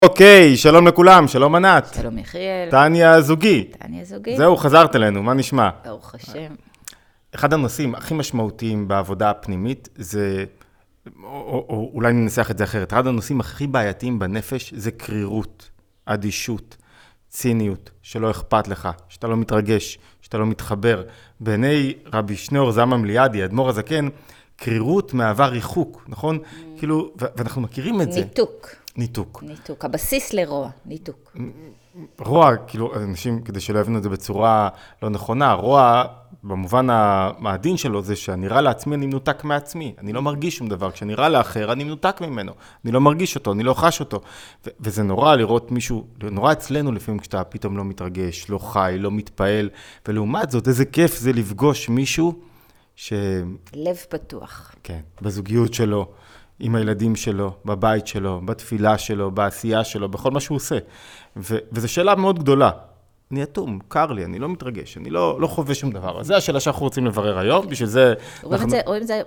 אוקיי, שלום לכולם, שלום ענת. שלום יחיאל. טניה זוגי. טניה זוגי. זהו, חזרת אלינו, מה נשמע? ברוך השם. אחד הנושאים הכי משמעותיים בעבודה הפנימית זה, או אולי ננסח את זה אחרת, אחד הנושאים הכי בעייתיים בנפש זה קרירות, אדישות, ציניות, שלא אכפת לך, שאתה לא מתרגש, שאתה לא מתחבר. בעיני רבי שניאור זלמן ליאדי, האדמו"ר הזקן, קרירות מהווה ריחוק, נכון? כאילו, ואנחנו מכירים את זה. ניתוק. ניתוק, הבסיס לרוע, ניתוק. רוע, כאילו, אנשים, כדי שלא יבינו את זה בצורה לא נכונה, רוע, במובן העדין שלו, זה שאני נראה לעצמי, אני מנותק מעצמי. אני לא מרגיש שום דבר. כשאני נראה לאחר, אני מנותק ממנו. אני לא מרגיש אותו, אני לא חש אותו. וזה נורא לראות מישהו, נורא אצלנו לפעמים, כשאתה פתאום לא מתרגש, לא חי, לא מתפעל. ולעומת זאת, איזה כיף זה לפגוש מישהו לב פתוח. כן, בזוגיות שלו. עם הילדים שלו, בבית שלו, בתפילה שלו, בעשייה שלו, בכל מה שהוא עושה. וזו שאלה מאוד גדולה. אני אטום, קר לי, אני לא מתרגש, אני לא חווה שום דבר. אז זו השאלה שאנחנו רוצים לברר היום, בשביל זה... רואים את זה,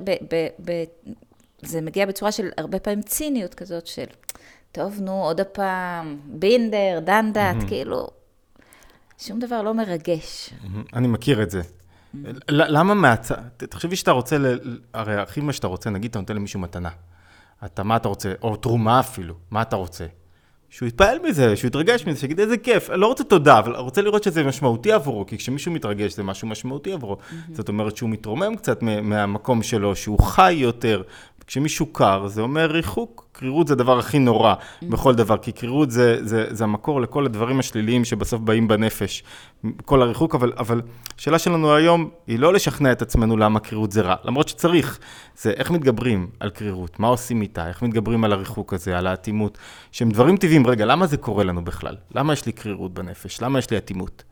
זה מגיע בצורה של הרבה פעמים ציניות כזאת של, טוב, נו, עוד הפעם, בינדר, דנדת, כאילו, שום דבר לא מרגש. אני מכיר את זה. למה מהצד? תחשבי שאתה רוצה, הרי הכי מה שאתה רוצה, נגיד, אתה נותן למישהו מתנה. מה אתה רוצה? או תרומה אפילו. מה אתה רוצה? שהוא יתפעל מזה, שהוא יתרגש מזה, שיגיד איזה כיף. אני לא רוצה תודה, אבל רוצה לראות שזה משמעותי עבורו, כי כשמישהו מתרגש זה משהו משמעותי עבורו. זאת אומרת שהוא מתרומם קצת מהמקום שלו, שהוא חי יותר. כשמישהו קר, זה אומר ריחוק. קרירות זה הדבר הכי נורא בכל דבר, כי קרירות זה המקור לכל הדברים השליליים שבסוף באים בנפש. כל הריחוק, אבל השאלה שלנו היום היא לא לשכנע את עצמנו למה קרירות זה רע, למרות שצריך. זה איך מתגברים על קרירות, מה עושים איתה, איך מתגברים על הריחוק הזה, על האטימות, שהם דברים טבעיים. רגע, למה זה קורה לנו בכלל? למה יש לי קרירות בנפש? למה יש לי אטימות?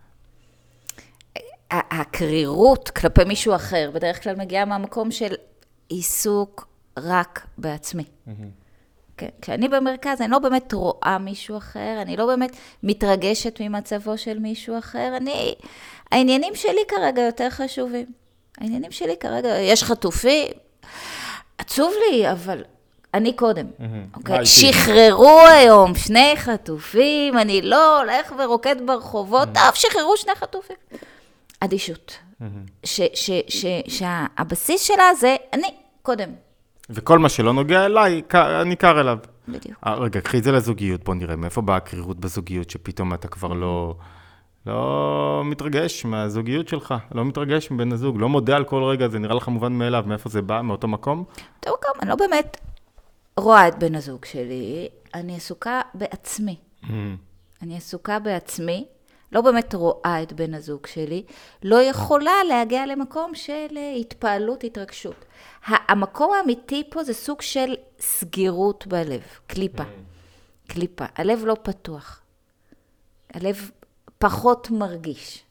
הקרירות כלפי מישהו אחר בדרך כלל מגיעה מהמקום של עיסוק רק בעצמי. כן, כשאני במרכז, אני לא באמת רואה מישהו אחר, אני לא באמת מתרגשת ממצבו של מישהו אחר, העניינים שלי כרגע יותר חשובים. העניינים שלי כרגע, יש חטופים, עצוב לי, אבל אני קודם. אוקיי? שחררו היום 2 חטופים, אני לא הולך ורוקד ברחובות, שחררו 2 חטופים. אדישות. שהבסיס שלה זה אני קודם. וכל מה שלא נוגע אליי, אני קר אליו. בדיוק. רגע, קחי את זה לזוגיות, בוא נראה, מאיפה באה הקרירות בזוגיות, שפתאום אתה כבר לא מתרגש מהזוגיות שלך, לא מתרגש מבן הזוג, לא מודה על כל רגע, זה נראה לך מובן מאליו, מאיפה זה בא, מאותו מקום? טוב, גם, אני לא באמת רואה את בן הזוג שלי, אני עסוקה בעצמי. אני עסוקה בעצמי, לא באמת רואה את בן הזוג שלי, לא יכולה להגיע למקום של התפעלות, התרגשות. המקום האמיתי פה זה סוג של סגירות בלב, קליפה. קליפה. הלב לא פתוח. הלב פחות מרגיש.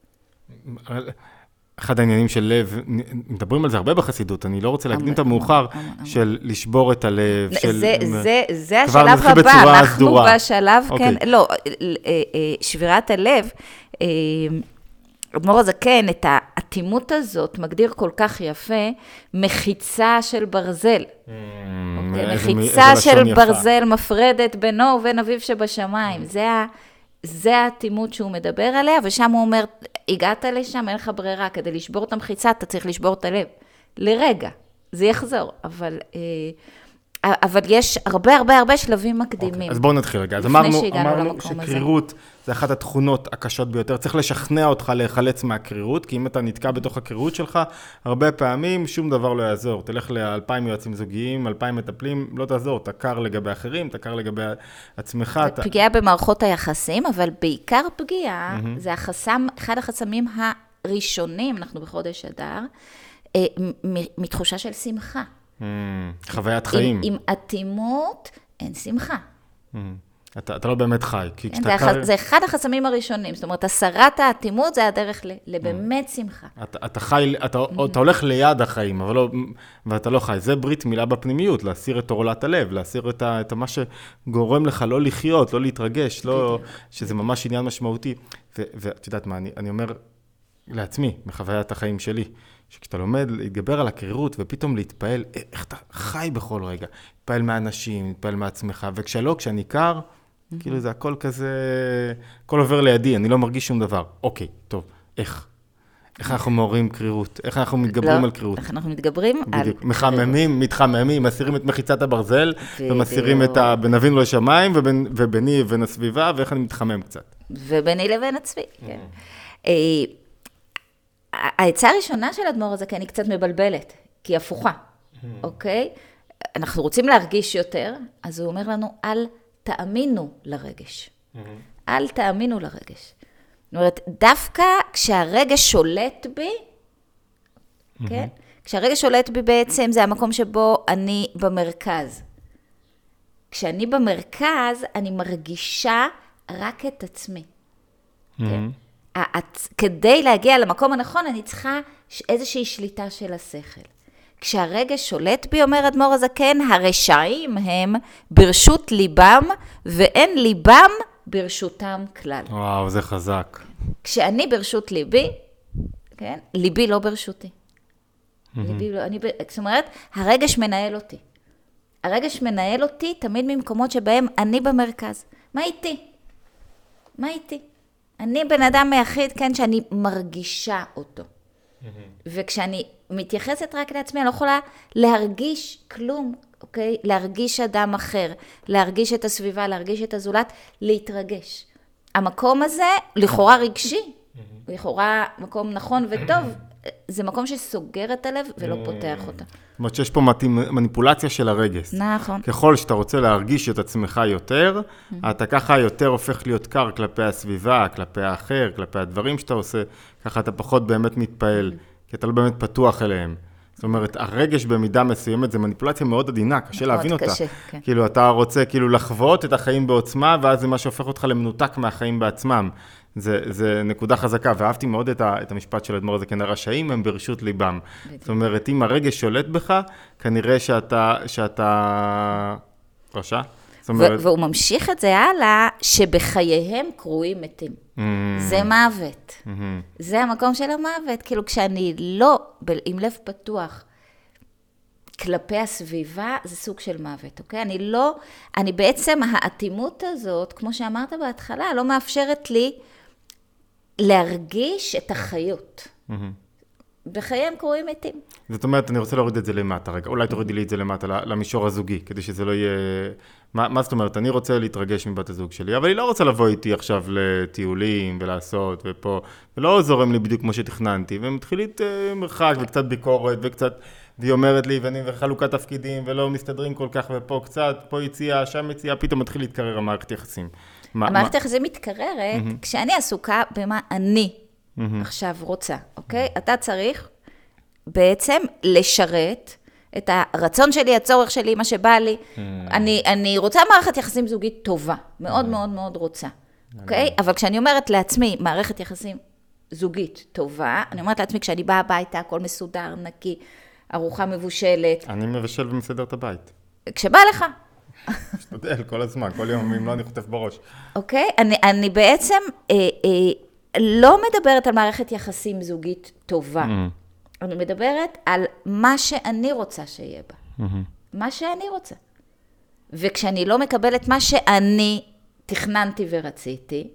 אחד העניינים של לב, מדברים על זה הרבה בחסידות, אני לא רוצה להקדים את המאוחר של לשבור את הלב. זה השלב הבא, אנחנו בשלב, כן, לא, שבירת הלב, אדמו"ר הזקן, את האטימות הזאת מגדיר כל כך יפה, מחיצה של ברזל. מחיצה של ברזל מפרדת בינו ובין אביו שבשמיים. זה האטימות שהוא מדבר עליה, ושם הוא אומר, הגעת לשם, אין לך ברירה, כדי לשבור את המחיצה, אתה צריך לשבור את הלב. לרגע, זה יחזור, אבל יש הרבה שלבים מקדימים. אז בואו נתחיל רגע. אז אמרנו שקרירות זה אחת התכונות הקשות ביותר. צריך לשכנע אותך להיחלץ מהקרירות, כי אם אתה נתקע בתוך הקרירות שלך, הרבה פעמים שום דבר לא יעזור. תלך ל2,000 יועצים זוגיים, 2,000 מטפלים, לא תעזור. אתה קר לגבי אחרים, אתה קר לגבי עצמך. פגיעה במערכות היחסים, אבל בעיקר פגיעה, זה אחד החסמים הראשונים, אנחנו בחודש אדר, מתחושה של שמחה. חוויית חיים. עם אטימות אין שמחה. אתה לא באמת חי. זה אחד החסמים הראשונים. זאת אומרת, הסרת האטימות זה הדרך לבאמת שמחה. אתה חי, אתה הולך ליד החיים, ואתה לא חי. זה ברית מילה בפנימיות, להסיר את עורלת הלב, להסיר את מה שגורם לך לא לחיות, לא להתרגש, שזה ממש עניין משמעותי. ואת יודעת מה, אני אומר לעצמי, מחוויית החיים שלי, שכשאתה לומד להתגבר על הקרירות ופתאום להתפעל, איך אתה חי בכל רגע, להתפעל מהאנשים, להתפעל מעצמך, וכשלא, כשאני קר, כאילו זה הכל כזה, הכל עובר לידי, אני לא מרגיש שום דבר. אוקיי, טוב, איך? איך אנחנו מעוררים קרירות? איך אנחנו מתגברים על קרירות? איך אנחנו מתגברים על קרירות. מחממים, מתחממים, מסירים את מחיצת הברזל, ומסירים את נבין לשמיים, וביני לבין הסביבה, ואיך אני מתחמם קצת. וביני לבין עצמי, כן. העצה הראשונה של אדמו"ר הזקן היא קצת מבלבלת, כי היא הפוכה, אוקיי? אנחנו רוצים להרגיש יותר, אז הוא אומר לנו, אל תאמינו לרגש. אל תאמינו לרגש. זאת אומרת, דווקא כשהרגש שולט בי, כן? כשהרגש שולט בי בעצם זה המקום שבו אני במרכז. כשאני במרכז, אני מרגישה רק את עצמי. כן? כדי להגיע למקום הנכון, אני צריכה איזושהי שליטה של השכל. כשהרגש שולט בי, אומר אדמו"ר הזקן, הרשעים הם ברשות ליבם, ואין ליבם ברשותם כלל. וואו, זה חזק. כשאני ברשות ליבי, כן? ליבי לא ברשותי. ליבי לא, זאת אומרת, הרגש מנהל אותי. הרגש מנהל אותי תמיד ממקומות שבהם אני במרכז. מה איתי? מה איתי? אני בן אדם היחיד, כן, שאני מרגישה אותו. וכשאני מתייחסת רק לעצמי, אני לא יכולה להרגיש כלום, אוקיי? להרגיש אדם אחר, להרגיש את הסביבה, להרגיש את הזולת, להתרגש. המקום הזה, לכאורה רגשי, לכאורה מקום נכון וטוב, זה מקום שסוגר את הלב ולא פותח אותה. זאת אומרת שיש פה מניפולציה של הרגש. נכון. ככל שאתה רוצה להרגיש את עצמך יותר, אתה ככה יותר הופך להיות קר כלפי הסביבה, כלפי האחר, כלפי הדברים שאתה עושה, ככה אתה פחות באמת מתפעל, כי אתה לא באמת פתוח אליהם. זאת אומרת, הרגש במידה מסוימת זה מניפולציה מאוד עדינה, קשה להבין אותה. קשה, כן. כאילו, אתה רוצה כאילו לחוות את החיים בעוצמה, ואז זה מה שהופך אותך למנותק מהחיים בעצמם. זה נקודה חזקה, ואהבתי מאוד את המשפט של אדמו"ר הזקן, הרשעים הם ברשות ליבם. זאת אומרת, אם הרגש שולט בך, כנראה שאתה רשע. והוא ממשיך את זה הלאה, שבחייהם קרויים מתים. זה מוות. זה המקום של המוות. כאילו כשאני לא, עם לב פתוח, כלפי הסביבה, זה סוג של מוות, אוקיי? אני בעצם, האטימות הזאת, כמו שאמרת בהתחלה, לא מאפשרת לי להרגיש את החיות. בחייהם קרויים מתים. זאת אומרת, אני רוצה להוריד את זה למטה רגע. אולי תורידי לי את זה למטה, למישור הזוגי, כדי שזה לא יהיה... מה זאת אומרת? אני רוצה להתרגש מבת הזוג שלי, אבל היא לא רוצה לבוא איתי עכשיו לטיולים ולעשות ופה, ולא זורם לי בדיוק כמו שתכננתי, ומתחילית מרחק וקצת ביקורת וקצת... והיא אומרת לי, ואני וחלוקת תפקידים, ולא מסתדרים כל כך, ופה קצת, פה יציאה, שם יציאה, פתאום מתחיל להתקרר המערכת יחסים. המערכת יחסים מתקררת, כשאני עסוקה במה אני עכשיו רוצה, אוקיי? אתה צריך בעצם לשרת את הרצון שלי, הצורך שלי, מה שבא לי. אני רוצה מערכת יחסים זוגית טובה, מאוד מאוד מאוד רוצה, אוקיי? אבל כשאני אומרת לעצמי, מערכת יחסים זוגית טובה, אני אומרת לעצמי, כשאני באה הביתה, הכל מסודר, נקי, ארוחה מבושלת. אני מבשל ומסדר את הבית. כשבא לך. משתדל כל הזמן, כל יום, אם לא אני חוטף בראש. אוקיי? אני בעצם לא מדברת על מערכת יחסים זוגית טובה. אני מדברת על מה שאני רוצה שיהיה בה. מה שאני רוצה. וכשאני לא מקבלת מה שאני תכננתי ורציתי,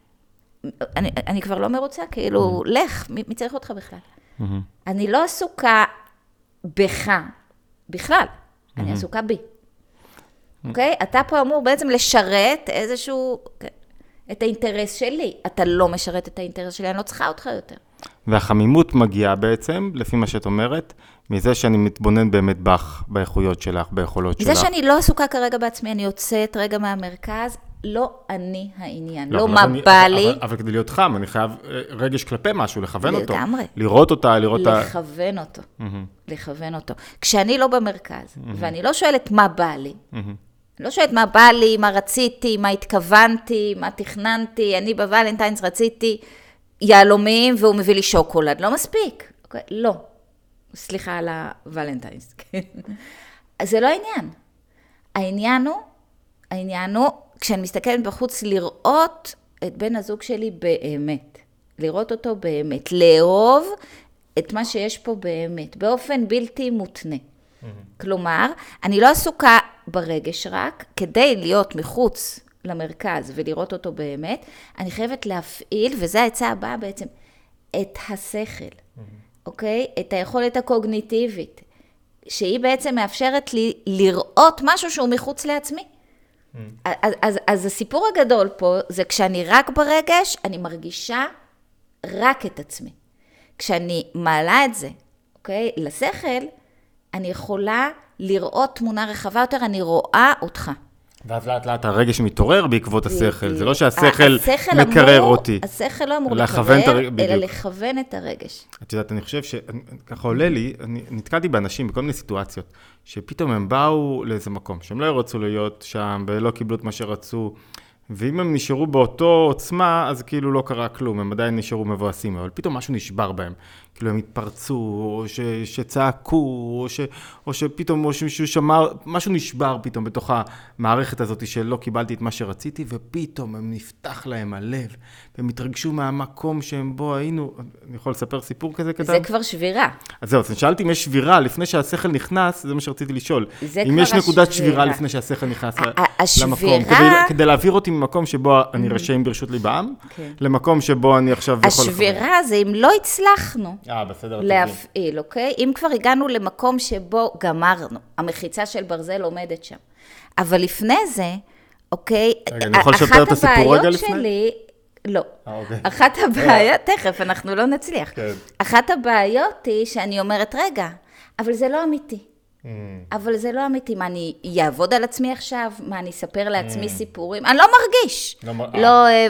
אני כבר לא מרוצה, כאילו, לך, מי צריך אותך בכלל? אני לא עסוקה בך, בכלל, אני עסוקה בי. אוקיי? אתה פה אמור בעצם לשרת איזשהו, את האינטרס שלי. אתה לא משרת את האינטרס שלי, אני לא צריכה אותך יותר. והחמימות מגיעה בעצם, לפי מה שאת אומרת, מזה שאני מתבונן באמת בך, באיכויות שלך, ביכולות שלך. מזה שאני לא עסוקה כרגע בעצמי, אני יוצאת רגע מהמרכז, לא אני העניין, לא מה בא לי. אבל כדי להיות חם, אני חייב רגש כלפי משהו, לכוון אותו. לגמרי. לראות אותה, לכוון אותו. לכוון אותו. כשאני לא במרכז, ואני לא שואלת מה בא לי, לא שואלת מה בא לי, מה רציתי, מה התכוונתי, מה תכננתי, אני בוולנטיינס רציתי יהלומים והוא מביא לי שוקולד, לא מספיק. אוקיי? לא. סליחה על הוולנטיינס. אז זה לא העניין. העניין הוא, כשאני מסתכלת בחוץ, לראות את בן הזוג שלי באמת. לראות אותו באמת. לאהוב את מה שיש פה באמת, באופן בלתי מותנה. כלומר, אני לא עסוקה ברגש רק, כדי להיות מחוץ למרכז ולראות אותו באמת, אני חייבת להפעיל, וזו העצה הבאה בעצם, את השכל, אוקיי? את היכולת הקוגניטיבית, שהיא בעצם מאפשרת לי לראות משהו שהוא מחוץ לעצמי. אז הסיפור הגדול פה, זה כשאני רק ברגש, אני מרגישה רק את עצמי. כשאני מעלה את זה, אוקיי? לשכל, אני יכולה לראות תמונה רחבה יותר, אני רואה אותך. ואז לאט לאט הרגש מתעורר בעקבות השכל, זה לא שהשכל מקרר אותי. השכל לא אמור לקרר, אלא לכוון את הרגש. את יודעת, אני חושב שככה עולה לי, אני נתקלתי באנשים בכל מיני סיטואציות, שפתאום הם באו לאיזה מקום, שהם לא רצו להיות שם, ולא קיבלו את מה שרצו, ואם הם נשארו באותו עוצמה, אז כאילו לא קרה כלום, הם עדיין נשארו מבואסים, אבל פתאום משהו נשבר בהם. כאילו הם התפרצו, או שצעקו, או שפתאום מישהו שמר, משהו נשבר פתאום בתוך המערכת הזאת שלא קיבלתי את מה שרציתי, ופתאום הם נפתח להם הלב, והם התרגשו מהמקום שהם בו היינו. אני יכול לספר סיפור כזה קטן? זה כבר שבירה. אז זהו, אז שאלתי אם יש שבירה לפני שהשכל נכנס, זה מה שרציתי לשאול. אם יש נקודת שבירה לפני שהשכל נכנס למקום, כדי להעביר אותי ממקום שבו אני רשעים ברשות ליבם, למקום שבו אני עכשיו יכול לחבר. השבירה זה אם לא הצלחנו. בסדר, להפעיל, אוקיי? אם כבר הגענו למקום שבו גמרנו, המחיצה של ברזל עומדת שם. אבל לפני זה, אוקיי, אני יכול לשתף את הסיפור רגע לפני? שלי, לא. אחת הבעיות, תכף, אנחנו לא נצליח. אחת הבעיות היא שאני אומרת, רגע, אבל זה לא אמיתי. אבל זה לא אמיתי. מה, אני אעבוד על עצמי עכשיו? מה, אני אספר לעצמי סיפורים? אני לא מרגיש. לא אוהב.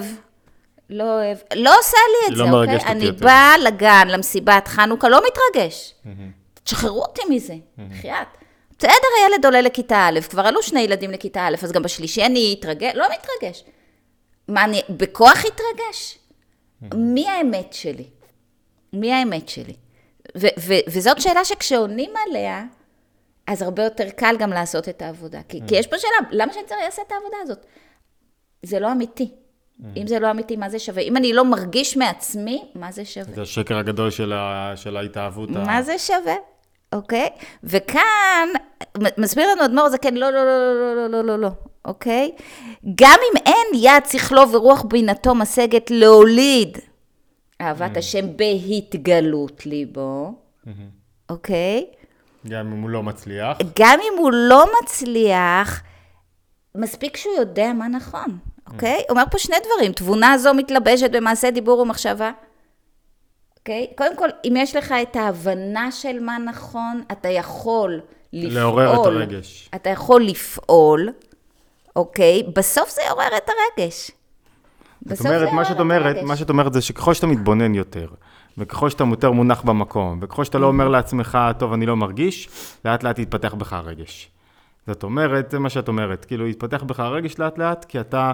לא עושה לי את זה, אוקיי? אני באה לגן, למסיבת חנוכה, לא מתרגש. תשחררו אותי מזה, חייאת. בסדר, הילד עולה לכיתה א', כבר עלו 2 ילדים לכיתה א', אז גם בשלישי אני אתרגש, לא מתרגש. מה, אני בכוח אתרגש? מי האמת שלי? מי האמת שלי? וזאת שאלה שכשעונים עליה, אז הרבה יותר קל גם לעשות את העבודה. כי יש פה שאלה, למה שאני צריך לעשות את העבודה הזאת? זה לא אמיתי. אם זה לא אמיתי, מה זה שווה? אם אני לא מרגיש מעצמי, מה זה שווה? זה השקר הגדול של ההתאהבות. מה זה שווה? אוקיי? וכאן, מסביר לנו אדמו"ר זה כן, לא, לא, לא, לא, לא, לא, לא, לא, אוקיי? גם אם אין יד שכלו ורוח בינתו משגת להוליד אהבת השם בהתגלות ליבו, אוקיי? גם אם הוא לא מצליח. גם אם הוא לא מצליח, מספיק שהוא יודע מה נכון. אוקיי? אומר פה 2 דברים. תבונה זו מתלבשת במעשה דיבור ומחשבה. אוקיי? קודם כל, אם יש לך את ההבנה של מה נכון, אתה יכול לפעול. לעורר את הרגש. אתה יכול לפעול, אוקיי? בסוף זה יעורר את הרגש. זאת אומרת, מה שאת אומרת זה שככל שאתה מתבונן יותר, וככל שאתה יותר מונח במקום, וככל שאתה לא אומר לעצמך, טוב, אני לא מרגיש, לאט לאט יתפתח בך הרגש. זאת אומרת, זה מה שאת אומרת, כאילו, יתפתח בך הרגש לאט לאט, כי אתה...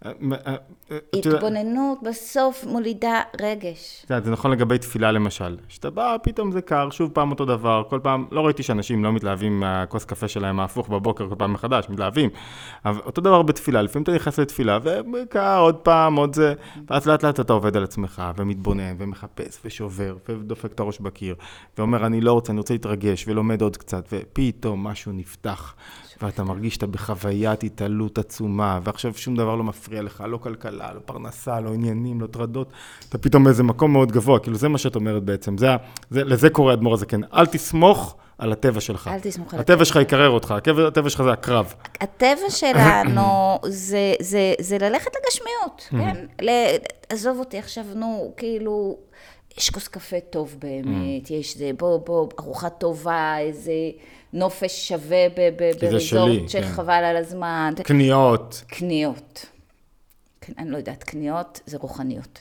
התבוננות בסוף מולידה רגש. זה נכון לגבי תפילה למשל. שאתה בא, פתאום זה קר, שוב פעם אותו דבר, כל פעם, לא ראיתי שאנשים לא מתלהבים מהכוס קפה שלהם ההפוך בבוקר, כל פעם מחדש, מתלהבים. אבל אותו דבר בתפילה, לפעמים אתה נכנס לתפילה, וקר עוד פעם, עוד זה, ואז לאט לאט אתה עובד על עצמך, ומתבונן, ומחפש, ושובר, ודופק את הראש בקיר, ואומר, אני לא רוצה, אני רוצה להתרגש, ולומד עוד קצת, ופתאום משהו נפתח, ואתה מרגיש שאתה בחוויית התעלות עצומה, ועכשיו שום דבר לא מפריע לך, לא כלכלה, לא פרנסה, לא עניינים, לא טרדות, אתה פתאום באיזה מקום מאוד גבוה, כאילו זה מה שאת אומרת בעצם, לזה קורא אדמו"ר הזקן, אל תסמוך על הטבע שלך. אל תסמוך על הטבע שלך יקרר אותך, הטבע שלך זה הקרב. הטבע שלנו זה ללכת לגשמיות, כן? עזוב אותי עכשיו, נו, כאילו, יש כוס קפה טוב באמת, יש זה, בוא, ארוחה טובה, איזה נופש שווה בריזורט שחבל על הזמן. קניות. אני לא יודעת, קניות זה רוחניות.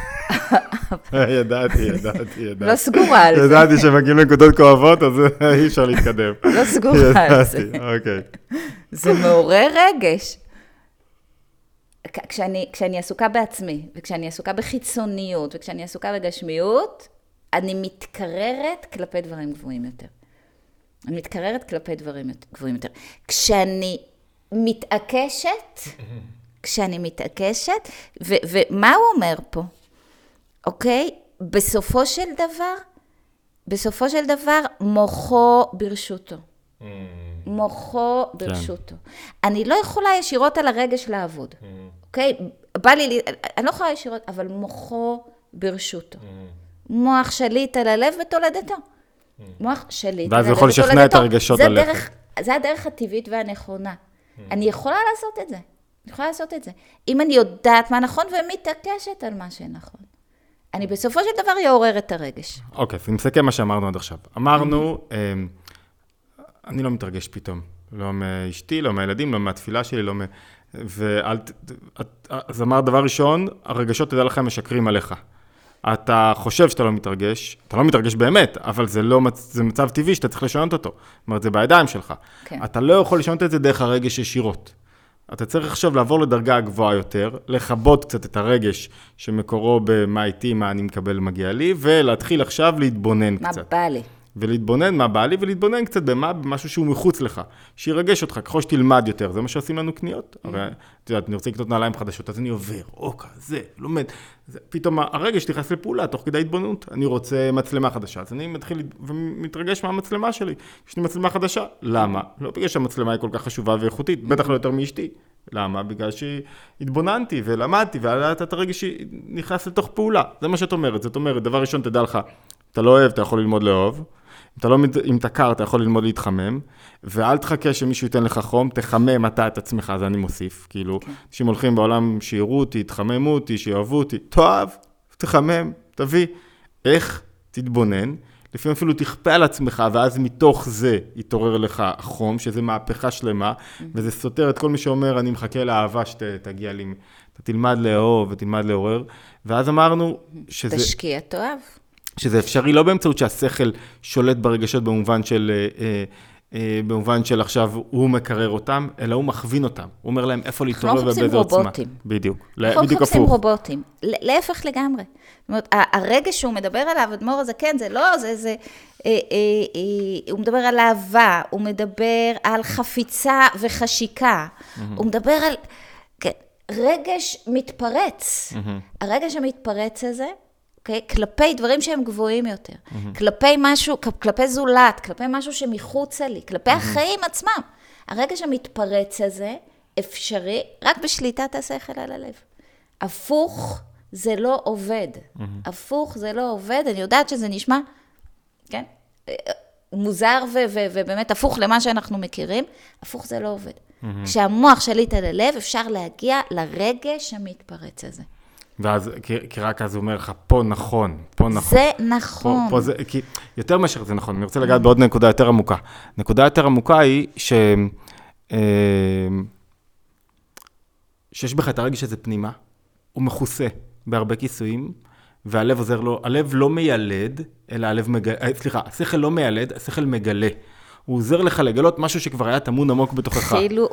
ידעתי. לא סגורה על זה. ידעתי שמגיעים לנקודות כואבות, אז אי אפשר להתקדם. לא סגורה על זה. אוקיי. זה מעורר רגש. כשאני עסוקה בעצמי, וכשאני עסוקה בחיצוניות, וכשאני עסוקה בגשמיות, אני מתקררת כלפי דברים גבוהים יותר. אני מתקררת כלפי דברים גבוהים יותר. כשאני מתעקשת, ומה הוא אומר פה? אוקיי? בסופו של דבר, מוחו ברשותו. מוחו ברשותו. אני לא יכולה ישירות על הרגש לעבוד, אוקיי? בא לי, אני לא יכולה ישירות, אבל מוחו ברשותו. מוח שליט על הלב ותולדתו. מוח שליט על ואז הלב יכול לשכנע את הרגשות עליך. זה הדרך הטבעית והנכונה. אני יכולה לעשות את זה. אני יכולה לעשות את זה. אם אני יודעת מה נכון ומתעקשת על מה שנכון. אני בסופו של דבר יעורר את הרגש. אוקיי, אז נסכם מה שאמרנו עד עכשיו. אמרנו, אני לא מתרגש פתאום. לא מאשתי, לא מהילדים, לא מהתפילה שלי, לא אז אמר דבר ראשון, הרגשות, תדע לך, משקרים עליך. אתה חושב שאתה לא מתרגש, אתה לא מתרגש באמת, אבל זה מצב טבעי שאתה צריך לשנות אותו. זאת אומרת, זה בידיים שלך. כן. אתה לא יכול לשנות את זה דרך הרגש ישירות. אתה צריך עכשיו לעבור לדרגה הגבוהה יותר, לכבות קצת את הרגש שמקורו במה איתי, מה אני מקבל מגיע לי, ולהתחיל עכשיו להתבונן קצת. מה בא לי. ולהתבונן מה בא לי, ולהתבונן קצת במשהו שהוא מחוץ לך, שירגש אותך, ככל שתלמד יותר, זה מה שעושים לנו קניות. הרי, את יודעת, אני רוצה לקנות נעליים חדשות, אז אני עובר, זה, לומד. פתאום הרגש נכנס לפעולה, תוך כדי התבוננות. אני רוצה מצלמה חדשה, אז אני מתחיל ומתרגש מהמצלמה שלי. יש לי מצלמה חדשה. למה? לא בגלל שהמצלמה היא כל כך חשובה ואיכותית, בטח לא יותר מאשתי. למה? בגלל שהתבוננתי ולמדתי, ולאט את הרגש נכנס לתוך פעולה. זה מה שאת אומרת. זאת אומרת, דבר ראשון, תדע לך, אתה לא אוהב, אתה יכול ללמוד לאהוב. אם אתה קר, אתה יכול ללמוד להתחמם, ואל תחכה שמישהו ייתן לך חום, תחמם אתה את עצמך, אז אני מוסיף. כאילו, אנשים הולכים בעולם שיראו אותי, יתחממו אותי, שיאהבו אותי. תאהב, תחמם, תביא. איך? תתבונן. לפעמים אפילו תכפה על עצמך, ואז מתוך זה יתעורר לך חום, שזה מהפכה שלמה, וזה סותר את כל מי שאומר, אני מחכה לאהבה שתגיע לי. אתה תלמד לאהוב ותלמד לעורר, ואז אמרנו שזה... תשקיע תאהב. שזה אפשרי לא באמצעות שהשכל שולט ברגשות במובן של עכשיו הוא מקרר אותם, אלא הוא מכווין אותם. הוא אומר להם איפה להתעורר ובאיזה עוצמה. רובוטים. בדיוק. אנחנו מחפשים רובוטים. להפך לגמרי. זאת אומרת, הרגש שהוא מדבר עליו, אדמו"ר הזקן, זה לא, הוא מדבר על אהבה, הוא מדבר על חפיצה וחשיקה. הוא מדבר על רגש מתפרץ. הרגש המתפרץ הזה, כלפי דברים שהם גבוהים יותר, כלפי משהו, כלפי זולת, כלפי משהו שמחוצה לי, כלפי החיים עצמם. הרגע שמתפרץ הזה אפשרי רק בשליטת השכל על הלב. הפוך זה לא עובד. הפוך זה לא עובד. אני יודעת שזה נשמע, כן, מוזר ובאמת הפוך למה שאנחנו מכירים. הפוך זה לא עובד. כשהמוח שליט על הלב אפשר להגיע לרגש המתפרץ הזה. ואז, כי רק אז הוא אומר לך, פה נכון. זה נכון. פה זה, כי יותר מאשר זה נכון. אני רוצה לגעת בעוד נקודה יותר עמוקה. נקודה יותר עמוקה היא שיש בך את הרגש הזה פנימה, הוא מכוסה בהרבה כיסויים, והלב עוזר לו, הלב לא מיילד, אלא הלב מגלה, השכל לא מיילד, השכל מגלה. הוא עוזר לך לגלות משהו שכבר היה טמון עמוק בתוכך. תחילו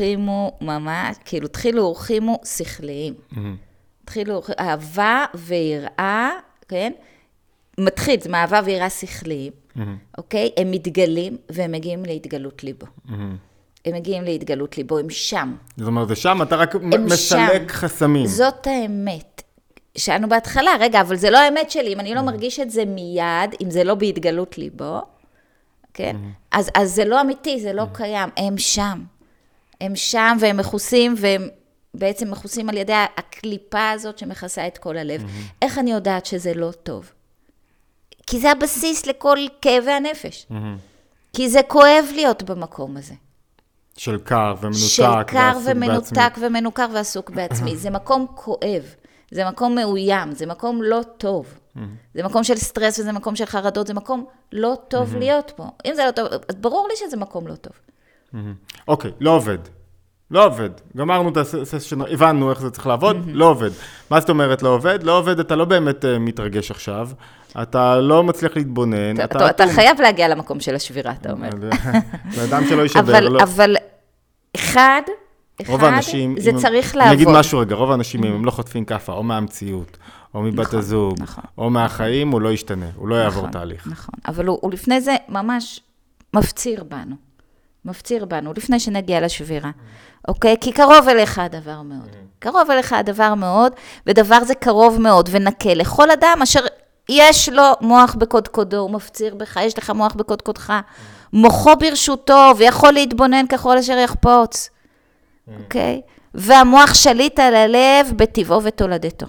אורחימו שכליים. התחילו אהבה ויראה, כן? מתחיל, זה מאהבה ויראה שכליים, אוקיי? הם מתגלים והם מגיעים להתגלות ליבו. הם מגיעים להתגלות ליבו, הם שם. זאת אומרת, זה שם, אתה רק מסלק חסמים. זאת האמת. שאנו בהתחלה, רגע, אבל זה לא האמת שלי, אם אני לא מרגיש את זה מיד, אם זה לא בהתגלות ליבו, כן? אז זה לא אמיתי, זה לא קיים, הם שם. הם שם והם מכוסים והם... בעצם מכוסים על ידי הקליפה הזאת שמכסה את כל הלב. איך אני יודעת שזה לא טוב? כי זה הבסיס לכל כאבי הנפש. כי זה כואב להיות במקום הזה. של קר ומנותק. של קר ומנותק ומנוכר ועסוק בעצמי. זה מקום כואב. זה מקום מאוים. זה מקום לא טוב. זה מקום של סטרס וזה מקום של חרדות. זה מקום לא טוב להיות פה. אם זה לא טוב, אז ברור לי שזה מקום לא טוב. אוקיי, לא עובד. לא עובד. גמרנו את הסשן, הבנו איך זה צריך לעבוד, לא עובד. מה זאת אומרת לא עובד? לא עובד, אתה לא באמת מתרגש עכשיו, אתה לא מצליח להתבונן. אתה חייב להגיע למקום של השבירה, אתה אומר. זה אדם שלא יישבר. אבל אחד, זה צריך לעבוד. אני אגיד משהו רגע, רוב האנשים הם לא חוטפים כפה, או מהמציאות, או מבת הזוג, או מהחיים, הוא לא ישתנה, הוא לא יעבור תהליך. נכון, אבל הוא לפני זה ממש מפציר בנו, לפני שנגיע לשבירה. אוקיי? כי קרוב אליך הדבר מאוד. קרוב אליך הדבר מאוד, ודבר זה קרוב מאוד ונקה לכל אדם אשר יש לו מוח בקודקודו, הוא מפציר בך, יש לך מוח בקודקודך, מוחו ברשותו, ויכול להתבונן ככל אשר יחפוץ. אוקיי? והמוח שליט על הלב בטבעו ותולדתו.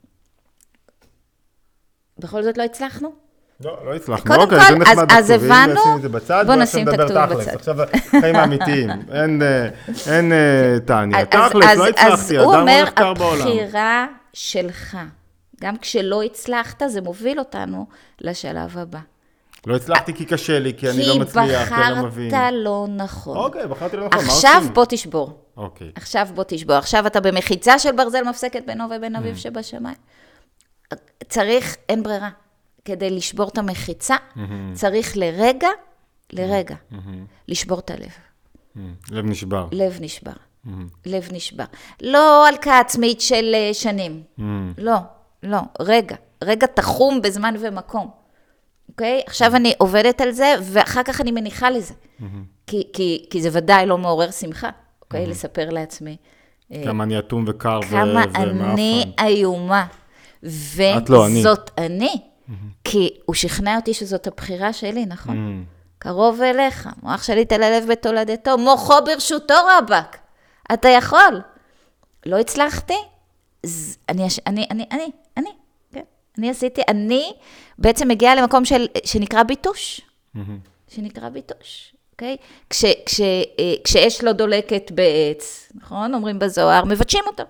בכל זאת לא הצלחנו? לא הצלחנו. קודם אוקיי, כל, זה נחמד אז הכתובים, הבנו, נשים את זה בצד, בוא ועכשיו נשים את נדבר הכתובים תכלס. בצד. עכשיו, חיים האמיתיים. אין תעניה. תכלס, לא אז הצלחתי, הוא אדם אומר, לא נחקר בעולם. הבחירה שלך, גם כשלא הצלחת, זה מוביל אותנו לשלב הבא. לא הצלחתי כי קשה לי, כי אני לא מצליח, כי אני לא מבין. כי בחרת לא נכון. אוקיי, בחרתי לא נכון, מה עכשיו עושים? בוא תשבור. אוקיי. עכשיו בוא תשבור. עכשיו אתה במחיצה של ברזל מפסקת בינו ובין אביו שבשמיים. צריך, אין ברירה. כדי לשבור את המחיצה, צריך לרגע, לשבור את הלב. לב נשבר. לב נשבר. לב נשבר. לא הלקאה עצמית של שנים. לא. רגע תחום בזמן ומקום. אוקיי? עכשיו אני עובדת על זה, ואחר כך אני מניחה לזה. כי זה ודאי לא מעורר שמחה. אוקיי? לספר לעצמי. כמה אני אטום וקר כמה אני איומה. וזאת אני. כי הוא שכנע אותי שזאת הבחירה שלי, נכון? קרוב אליך, מוח שליט על הלב בתולדתו, מוחו ברשותו רבק. אתה יכול. לא הצלחתי? אני עשיתי, אני בעצם מגיעה למקום שנקרא ביטוש. שנקרא ביטוש, אוקיי? כשיש לו דולקת בעץ, נכון? אומרים בזוהר, מבטשים אותו.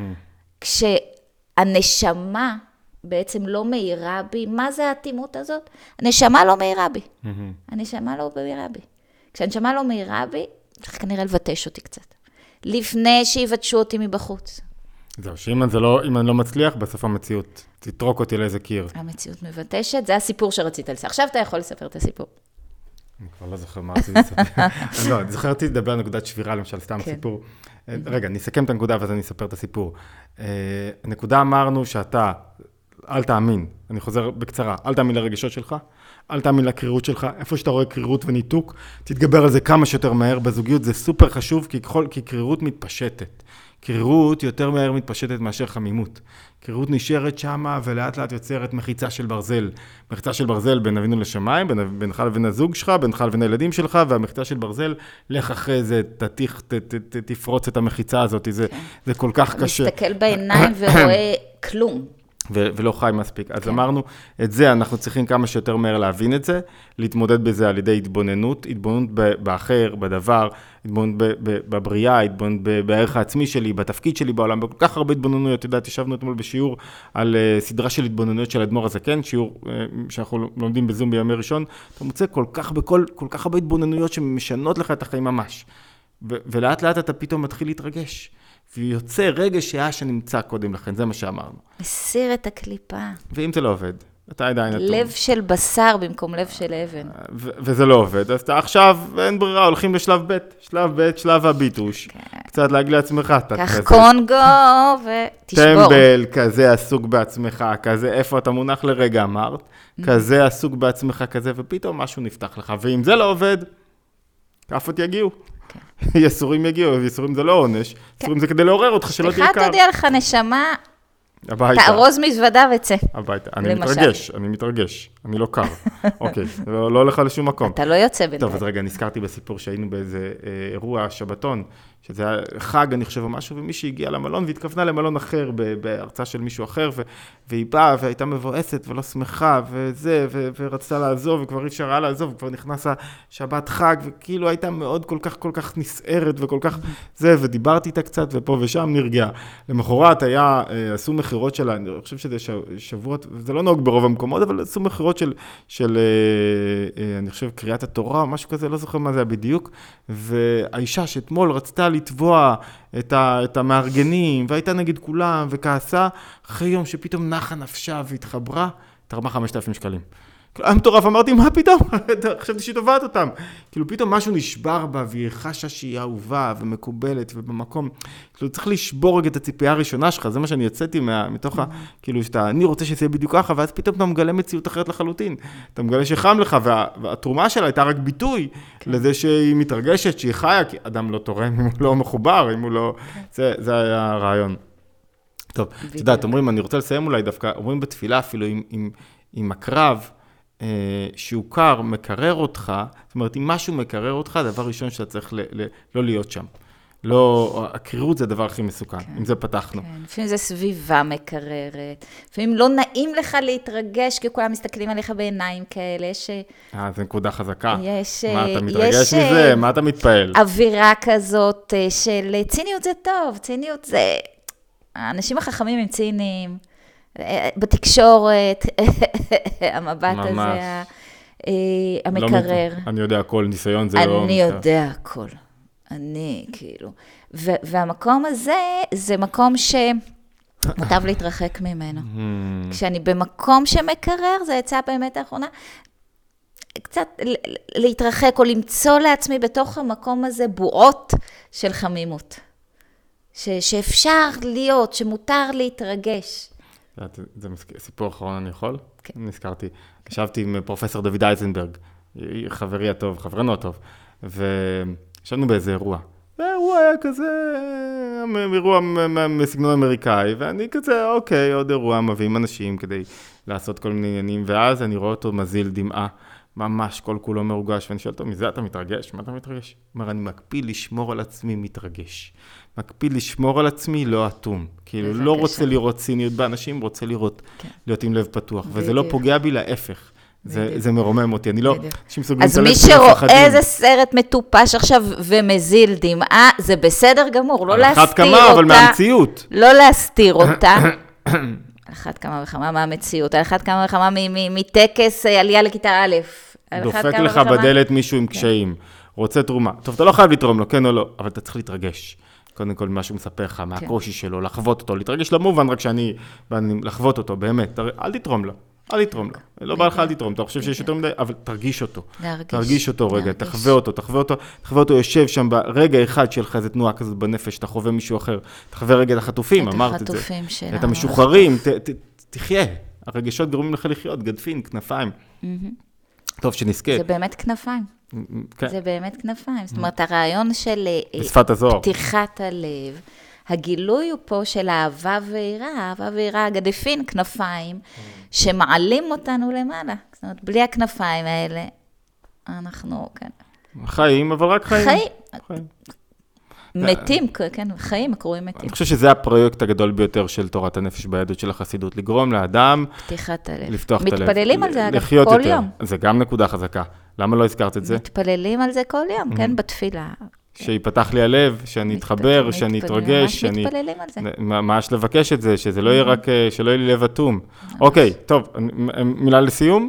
כשהנשמה בעצם לא מהירה בי, מה זה האטימות הזאת? הנשמה לא מהירה בי. הנשמה לא מהירה בי. כשהנשמה לא מהירה בי, צריך כנראה לבטש אותי קצת. לפני שיבטשו אותי מבחוץ. זהו, שאם אני לא מצליח, בסוף המציאות תתרוק אותי לאיזה קיר. המציאות מבטשת, זה הסיפור שרצית לספר. עכשיו אתה יכול לספר את הסיפור. אני כבר לא זוכר מה רציתי לספר. לא, אני זוכרתי לדבר על נקודת שבירה, למשל, סתם סיפור. רגע, אני אסכם את הנקודה ואז אני אספר את הסיפור. הנקודה אמרנו שאתה, אל תאמין, אני חוזר בקצרה, אל תאמין לרגשות שלך, אל תאמין לקרירות שלך, איפה שאתה רואה קרירות וניתוק, תתגבר על זה כמה שיותר מהר, בזוגיות זה סופר חשוב, כי קרירות מתפשטת. קרירות יותר מהר מתפשטת מאשר חמימות. קרירות נשארת שמה ולאט לאט יוצרת מחיצה של ברזל. מחיצה של ברזל בין אבינו לשמיים, בינך לבין הזוג שלך, בינך לבין הילדים שלך, והמחיצה של ברזל, לך אחרי זה, תפרוץ את המחיצה הזאת, זה כל כך קשה. מסתכל בעיניים ורואה כלום. ולא חי מספיק. אז אמרנו, את זה אנחנו צריכים כמה שיותר מהר להבין את זה, להתמודד בזה על ידי התבוננות באחר, בדבר, התבוננות בבריאה, התבוננות בערך העצמי שלי, בתפקיד שלי בעולם, בכל כך הרבה התבוננויות. יודעת, ישבנו אתמול בשיעור על סדרה של התבוננויות של אדמו"ר הזקן, שיעור שאנחנו לומדים בזום בימי ראשון, אתה מוצא כל כך הרבה התבוננויות שמשנות לך את החיים ממש. ולאט לאט אתה פתאום מתחיל להתרגש. ויוצא רגש שנמצא קודם לכן, זה מה שאמרנו. מסיר את הקליפה. ואם זה לא עובד, אתה עדיין אטום. לב של בשר במקום לב של אבן. וזה לא עובד, אז אתה עכשיו, אין ברירה, הולכים לשלב ב', שלב הביטוש. קצת להגיד לעצמך, קח קונגו ותשבור. טמבל, כזה עסוק בעצמך, כזה איפה אתה מונח לרגע אמרת, כזה עסוק בעצמך, כזה, ופתאום משהו נפתח לך. ואם זה לא עובד, כאפות יגיעו. יסורים יגיעו, יסורים זה לא עונש, יסורים זה כדי לעורר אותך שלא תהיה קר. סליחה, תודיע לך נשמה, הביתה. תארוז מזוודה וצא. הביתה, אני מתרגש, אני לא קר. אוקיי, לא הולך לשום מקום. אתה לא יוצא בינתיים. טוב, אז רגע, נזכרתי בסיפור שהיינו באיזה אירוע שבתון, שזה היה חג, אני חושב, או משהו, ומישהי הגיעה למלון, והתכוונה למלון אחר, בהרצאה של מישהו אחר, והיא באה, והייתה מבואסת, ולא שמחה, ורצתה לעזוב, וכבר אי אפשר היה לעזוב, וכבר נכנסה שבת חג, וכאילו הייתה מאוד כל כך נסערת, וכל כך זה, ודיברתי איתה קצת, ופה ושם נרגעה. למחרת עשו מחירות שלה, אני חושב שזה שבועות, זה לא נהוג ברוב המקומות, אבל עשו מחירות של אני חושב, קריאת התורה, או משהו כזה, לא זוכר מה זה היה בדיוק, והאישה שאתמול רצתה לתבוע את המארגנים, והייתה נגד כולם, וכעסה, אחרי יום שפתאום נחה נפשה והתחברה, תרמה 5,000 שקלים. היה מטורף, אמרתי, מה פתאום? חשבתי שהיא תובעת אותם. כאילו פתאום משהו נשבר בה, והיא חשה שהיא אהובה ומקובלת ובמקום. כאילו צריך לשבור רגע את הציפייה הראשונה שלך, זה מה שאני יצאתי מתוך כאילו אני רוצה שזה יהיה בדיוק ככה, ואז פתאום אתה מגלה מציאות אחרת לחלוטין. אתה מגלה שחם לך, והתרומה שלה הייתה רק ביטוי לזה שהיא מתרגשת, שהיא חיה, כי אדם לא תורם, אם הוא לא מחובר, אם הוא לא... זה היה הרעיון. טוב, אתה יודעת, אומרים, אני רוצה לסיים אולי דווקא, אומרים בתפילה אפילו עם הקרב, שהוא קר, מקרר אותך, זאת אומרת, אם משהו מקרר אותך, דבר ראשון שאתה צריך לא להיות שם. לא, הקרירות זה הדבר הכי מסוכן, עם זה פתחנו. כן, לפעמים זה סביבה מקררת, לפעמים לא נעים לך להתרגש, כי כולם מסתכלים עליך בעיניים כאלה, זה נקודה חזקה. יש... מה, אתה מתרגש מזה? מה אתה מתפעל? אווירה כזאת של ציניות זה טוב, ציניות זה... האנשים החכמים הם ציניים, בתקשורת, המבט הזה, המקרר. אני יודע הכל, ניסיון זה לא... אני יודע הכל. אני, כאילו. והמקום הזה, זה מקום שמוטב להתרחק ממנו. כשאני במקום שמקרר, זה יצא באמת האחרונה, קצת להתרחק או למצוא לעצמי בתוך המקום הזה בועות של חמימות. שאפשר להיות, שמותר להתרגש. זה סיפור אחרון, אני יכול? כן. נזכרתי. ישבתי עם פרופסור דוד אייזנברג, חברי הטוב, חברנו הטוב, וישבנו באיזה אירוע. והאירוע היה כזה, אירוע מסגנון אמריקאי, ואני כזה, אוקיי, עוד אירוע, מביאים אנשים כדי לעשות כל מיני עניינים, ואז אני רואה אותו מזיל דמעה, ממש כל כולו מרוגש, ואני שואל אותו, מזה אתה מתרגש? מה אתה מתרגש? הוא אומר, אני מקפיד לשמור על עצמי מתרגש. מקפיד לשמור על עצמי לא אטום. כאילו, לא רוצה לראות ציניות באנשים, רוצה להיות עם לב פתוח. וזה לא פוגע בי להפך. זה מרומם אותי. אני לא... אז מי שרואה איזה סרט מטופש עכשיו ומזיל דמעה, זה בסדר גמור, לא להסתיר אותה. אחת כמה, אבל מהמציאות. לא להסתיר אותה. אחת כמה וכמה מהמציאות, אחת כמה וכמה מטקס עלייה לכיתה א'. דופק לך בדלת מישהו עם קשיים, רוצה תרומה. טוב, אתה לא חייב לתרום לו, כן או לא, אבל אתה צריך להתרגש. קודם כל, משהו מספר לך, מהקושי שלו, לחוות אותו, להתרגש למובן, רק שאני לחוות אותו, באמת, אל תתרום לו. אל תתרום לו. לא בא לך אל תתרום, אתה חושב שיש יותר מדי, אבל תרגיש אותו. תרגיש אותו רגע, תחווה אותו יושב שם ברגע אחד שלך איזו תנועה כזאת בנפש, אתה חווה מישהו אחר, תחווה רגע את החטופים, אמרת את זה. את המשוחררים, תחיה. הרגשות גורמים לך לחיות, גדפין, כנפיים. טוב, שנזכה. זה באמת כנפיים. זה באמת כנפיים. זאת אומרת, הרעיון של פתיחת הלב, הגילוי הוא פה של אהבה ויראה, גדפין, כנפיים, שמעלים אותנו למעלה. זאת אומרת, בלי הכנפיים האלה, אנחנו, כן. חיים, אבל רק חיים. חיים. מתים, כן, חיים, הקרואים מתים. אני חושב שזה הפרויקט הגדול ביותר של תורת הנפש ביהדות של החסידות, לגרום לאדם, פתיחת הלב. לפתוח את הלב. מתפללים על זה, אגב, כל יום. זה גם נקודה חזקה. למה לא הזכרת את זה? מתפללים על זה כל יום, כן, בתפילה. שיפתח לי הלב, שאני אתחבר, שאני אתרגש, שאני... מתפללים על זה. ממש לבקש את זה, שזה לא יהיה רק, שלא יהיה לי לב אטום. אוקיי, טוב, מילה לסיום?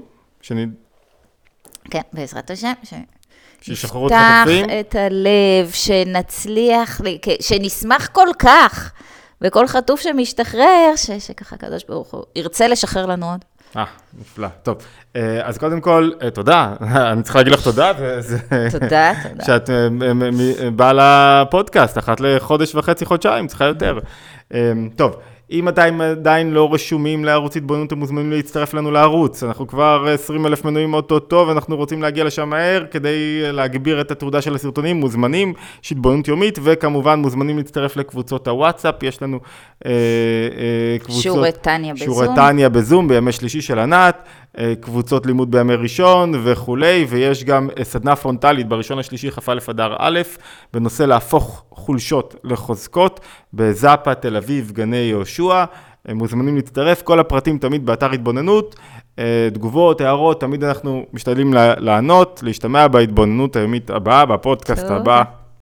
כן, בעזרת השם, שישחררו את חטופים. נפתח את הלב, שנצליח, שנשמח כל כך, וכל חטוף שמשתחרר, שככה הקדוש ברוך הוא ירצה לשחרר לנו עוד. נפלא. טוב, אז קודם כל, תודה. אני צריך להגיד לך תודה. תודה. שאת באה לפודקאסט, אחת לחודש וחצי, חודשיים, צריכה יותר. טוב, אם אתם עדיין לא רשומים לערוץ התבוננות, אתם מוזמנים להצטרף לנו לערוץ. אנחנו כבר 20,000 מנויים אוטוטו, ואנחנו רוצים להגיע לשם מהר, כדי להגביר את התעודה של הסרטונים. מוזמנים, יש התבוננות יומית, וכמובן מוזמנים להצטרף לקבוצות הוואטסאפ. יש לנו קבוצות... שיעורי טניה בזום, בימי שלישי של ענת, קבוצות לימוד בימי ראשון וכו', ויש גם סדנה פרונטלית בראשון השלישי, כ"א אדר א', בנושא להפוך חולשות לחוזקות, בזאפה, תל אביב, גני יהושע. מוזמנים להצטרף, כל הפרטים תמיד באתר התבוננות, תגובות, הערות, תמיד אנחנו משתדלים לענות, להשתמע בהתבוננות היומית הבאה, בפודקאסט הבא.